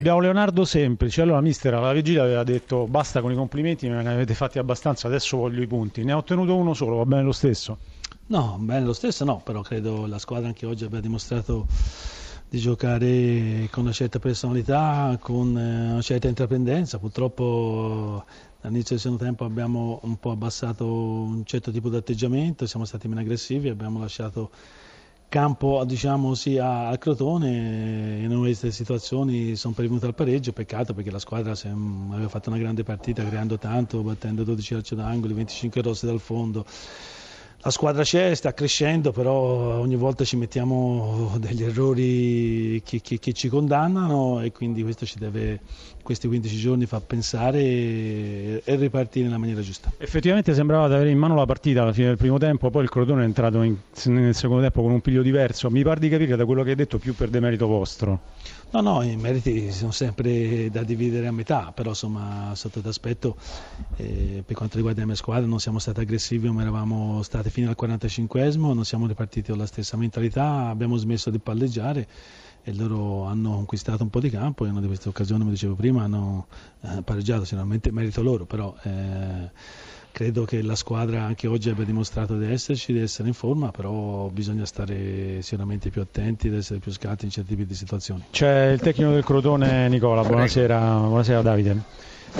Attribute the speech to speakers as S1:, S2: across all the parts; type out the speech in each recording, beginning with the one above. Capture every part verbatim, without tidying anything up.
S1: Abbiamo Leonardo Semplice. Allora mister alla vigilia aveva detto basta con i complimenti, me ne avete fatti abbastanza, adesso voglio i punti. Ne ha ottenuto uno solo, va bene lo stesso?
S2: No, bene lo stesso no, però credo la squadra anche oggi abbia dimostrato di giocare con una certa personalità, con una certa intraprendenza. Purtroppo dall'inizio del secondo tempo abbiamo un po' abbassato un certo tipo di atteggiamento, siamo stati meno aggressivi, abbiamo lasciato campo, diciamo, sia al Crotone, e in queste situazioni sono pervenuti al pareggio. Peccato, perché la squadra aveva fatto una grande partita, creando tanto, battendo dodici calci d'angolo, venticinque rossi dal fondo. La squadra c'è, sta crescendo, però ogni volta ci mettiamo degli errori che, che, che ci condannano, e quindi questo ci deve, questi quindici giorni, fa pensare e, e ripartire nella maniera giusta.
S1: Effettivamente sembrava di avere in mano la partita alla fine del primo tempo, poi il Crotone è entrato in, nel secondo tempo con un piglio diverso. Mi pare di capire da quello che hai detto più per demerito vostro.
S2: No, no, i meriti sono sempre da dividere a metà, però insomma sotto l'aspetto eh, per quanto riguarda la mia squadra non siamo stati aggressivi come eravamo stati fino al quarantacinquesimo, non siamo ripartiti con la stessa mentalità, abbiamo smesso di palleggiare e loro hanno conquistato un po' di campo, e in una di queste occasioni, come dicevo prima, hanno eh, pareggiato, sicuramente merito loro, però eh, credo che la squadra anche oggi abbia dimostrato di esserci, di essere in forma, però bisogna stare sicuramente più attenti ed essere più scatti in certi tipi di situazioni.
S1: C'è il tecnico del Crotone, Nicola. Buonasera, buonasera Davide.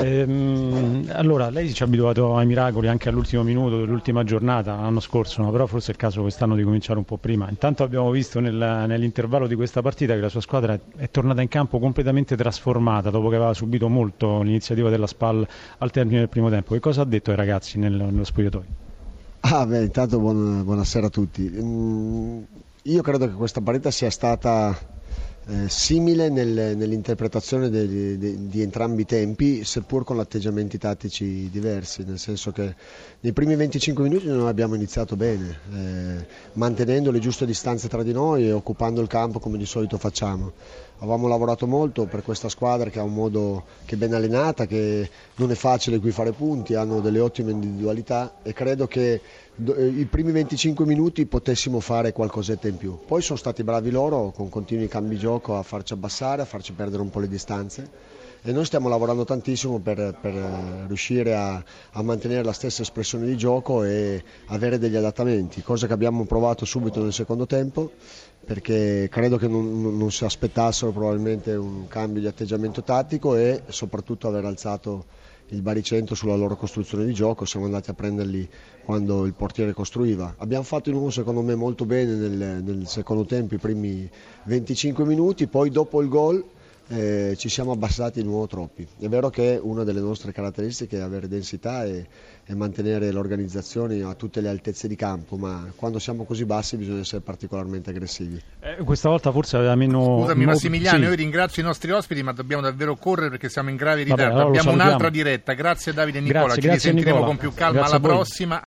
S1: Ehm, allora, lei ci ha abituato ai miracoli anche all'ultimo minuto dell'ultima giornata l'anno scorso, no? Però forse è il caso quest'anno di cominciare un po' prima. Intanto abbiamo visto nel, nell'intervallo di questa partita che la sua squadra è tornata in campo completamente trasformata dopo che aveva subito molto l'iniziativa della S P A L al termine del primo tempo. Che cosa ha detto ai ragazzi nel, nello spogliatoio?
S3: Ah beh, intanto buon, buonasera a tutti. Mm, io credo che questa partita sia stata Eh, simile nel, nell'interpretazione de, de, di entrambi i tempi, seppur con atteggiamenti tattici diversi, nel senso che nei primi venticinque minuti noi abbiamo iniziato bene, eh, mantenendo le giuste distanze tra di noi e occupando il campo come di solito facciamo. Avevamo lavorato molto per questa squadra che ha un modo, che è ben allenata, che non è facile qui fare punti, hanno delle ottime individualità, e credo che i primi venticinque minuti potessimo fare qualcosetta in più. Poi sono stati bravi loro con continui cambi gioco a farci abbassare, a farci perdere un po' le distanze, e noi stiamo lavorando tantissimo per, per riuscire a, a mantenere la stessa espressione di gioco e avere degli adattamenti, cosa che abbiamo provato subito nel secondo tempo, perché credo che non, non si aspettassero probabilmente un cambio di atteggiamento tattico e soprattutto aver alzato il baricentro sulla loro costruzione di gioco. Siamo andati a prenderli quando il portiere costruiva. Abbiamo fatto in uno, secondo me, molto bene nel, nel secondo tempo, i primi venticinque minuti, poi dopo il gol eh, ci siamo abbassati di nuovo troppi. È vero che una delle nostre caratteristiche è avere densità e, e mantenere l'organizzazione a tutte le altezze di campo, ma quando siamo così bassi bisogna essere particolarmente aggressivi.
S1: Eh, questa volta forse aveva meno...
S4: Scusami
S1: mo...
S4: Massimiliano,
S1: sì.
S4: Io ringrazio i nostri ospiti, ma dobbiamo davvero correre perché siamo in grave ritardo.
S1: Vabbè, allora
S4: abbiamo
S1: salutiamo.
S4: un'altra diretta. Grazie Davide e Nicola,
S1: Grazie,
S4: ci
S1: grazie
S4: risentiremo
S1: Nicola.
S4: con più calma
S1: Grazie
S4: alla
S1: a voi.
S4: prossima.